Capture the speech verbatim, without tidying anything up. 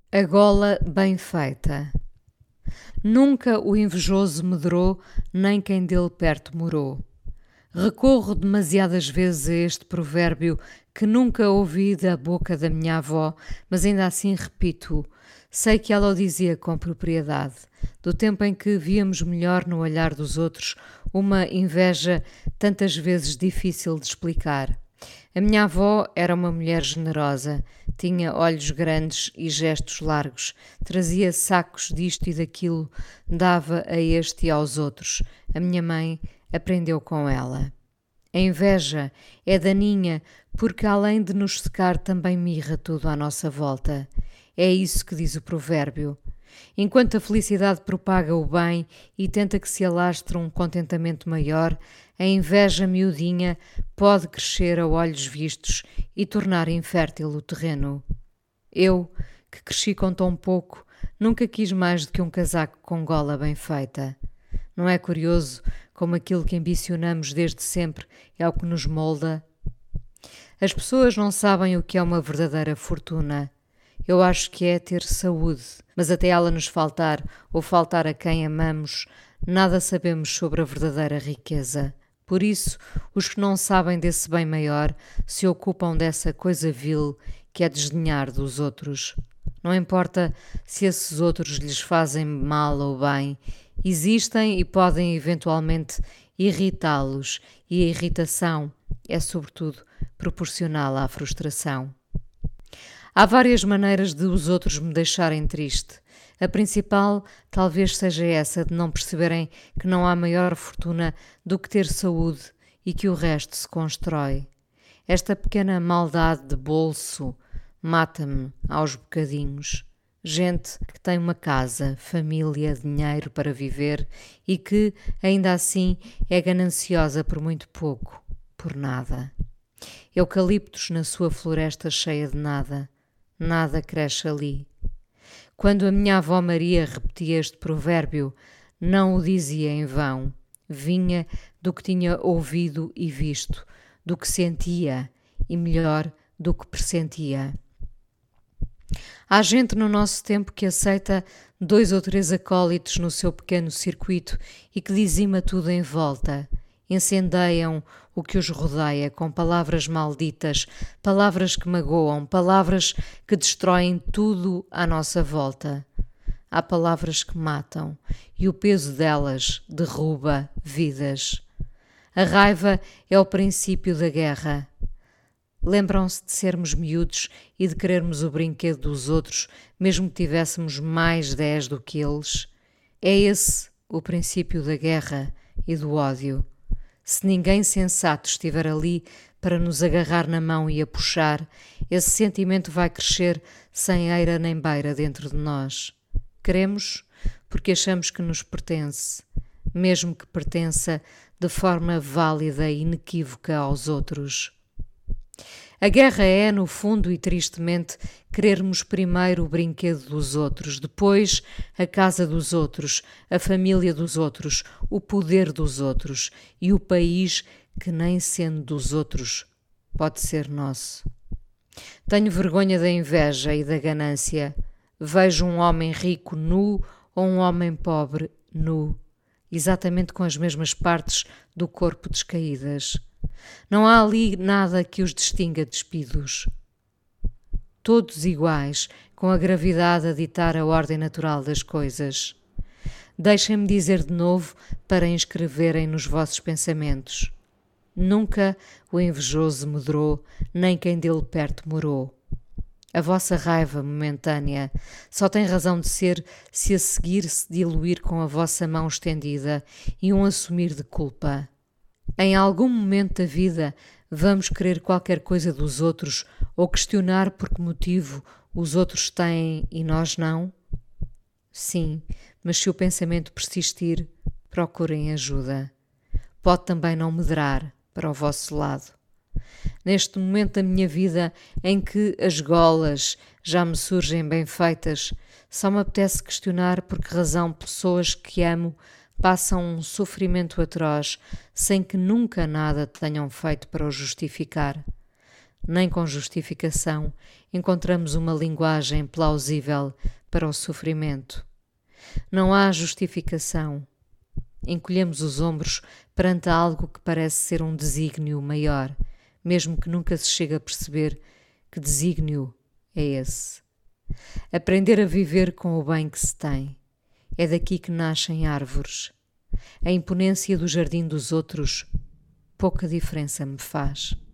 A gola bem feita. Nunca o invejoso medrou, nem quem dele perto morou. Recorro demasiadas vezes a este provérbio que nunca ouvi da boca da minha avó, mas ainda assim repito-o. Sei que ela o dizia com propriedade, do tempo em que víamos melhor no olhar dos outros uma inveja tantas vezes difícil de explicar. A minha avó era uma mulher generosa, tinha olhos grandes e gestos largos, trazia sacos disto e daquilo, dava a este e aos outros. A minha mãe aprendeu com ela. A inveja é daninha porque, além de nos secar, também mirra tudo à nossa volta. É isso que diz o provérbio. Enquanto a felicidade propaga o bem e tenta que se alastre um contentamento maior, a inveja miudinha pode crescer a olhos vistos e tornar infértil o terreno. Eu, que cresci com tão pouco, nunca quis mais do que um casaco com gola bem feita. Não é curioso como aquilo que ambicionamos desde sempre é o que nos molda? As pessoas não sabem o que é uma verdadeira fortuna. Eu acho que é ter saúde, mas até ela nos faltar ou faltar a quem amamos, nada sabemos sobre a verdadeira riqueza. Por isso, os que não sabem desse bem maior se ocupam dessa coisa vil que é desdenhar dos outros. Não importa se esses outros lhes fazem mal ou bem, existem e podem eventualmente irritá-los, e a irritação é, sobretudo, proporcional à frustração. Há várias maneiras de os outros me deixarem triste. A principal talvez seja essa de não perceberem que não há maior fortuna do que ter saúde e que o resto se constrói. Esta pequena maldade de bolso mata-me aos bocadinhos. Gente que tem uma casa, família, dinheiro para viver e que, ainda assim, é gananciosa por muito pouco, por nada. Eucaliptos na sua floresta cheia de nada. Nada cresce ali. Quando a minha avó Maria repetia este provérbio, não o dizia em vão. Vinha do que tinha ouvido e visto, do que sentia e, melhor, do que pressentia. Há gente no nosso tempo que aceita dois ou três acólitos no seu pequeno circuito e que dizima tudo em volta. Incendeiam o que os rodeia com palavras malditas, palavras que magoam, palavras que destroem tudo à nossa volta. Há palavras que matam e o peso delas derruba vidas. A raiva é o princípio da guerra. Lembram-se de sermos miúdos e de querermos o brinquedo dos outros, mesmo que tivéssemos mais dez do que eles? É esse o princípio da guerra e do ódio. Se ninguém sensato estiver ali para nos agarrar na mão e a puxar, esse sentimento vai crescer sem eira nem beira dentro de nós. Queremos porque achamos que nos pertence, mesmo que pertença de forma válida e inequívoca aos outros. A guerra é, no fundo e tristemente, querermos primeiro o brinquedo dos outros, depois a casa dos outros, a família dos outros, o poder dos outros e o país que, nem sendo dos outros, pode ser nosso. Tenho vergonha da inveja e da ganância. Vejo um homem rico nu ou um homem pobre nu, exatamente com as mesmas partes do corpo descaídas. Não há ali nada que os distinga despidos. Todos iguais, com a gravidade a ditar a ordem natural das coisas. Deixem-me dizer de novo para inscreverem nos vossos pensamentos. Nunca o invejoso medrou, nem quem dele perto morou. A vossa raiva momentânea só tem razão de ser se a seguir se diluir com a vossa mão estendida e um assumir de culpa. Em algum momento da vida vamos querer qualquer coisa dos outros ou questionar por que motivo os outros têm e nós não? Sim, mas se o pensamento persistir, procurem ajuda. Pode também não medrar para o vosso lado. Neste momento da minha vida em que as golas já me surgem bem feitas, só me apetece questionar por que razão pessoas que amo passam um sofrimento atroz sem que nunca nada tenham feito para o justificar. Nem com justificação encontramos uma linguagem plausível para o sofrimento. Não há justificação. Encolhemos os ombros perante algo que parece ser um desígnio maior, mesmo que nunca se chegue a perceber que desígnio é esse. Aprender a viver com o bem que se tem. É daqui que nascem árvores. A imponência do jardim dos outros pouca diferença me faz.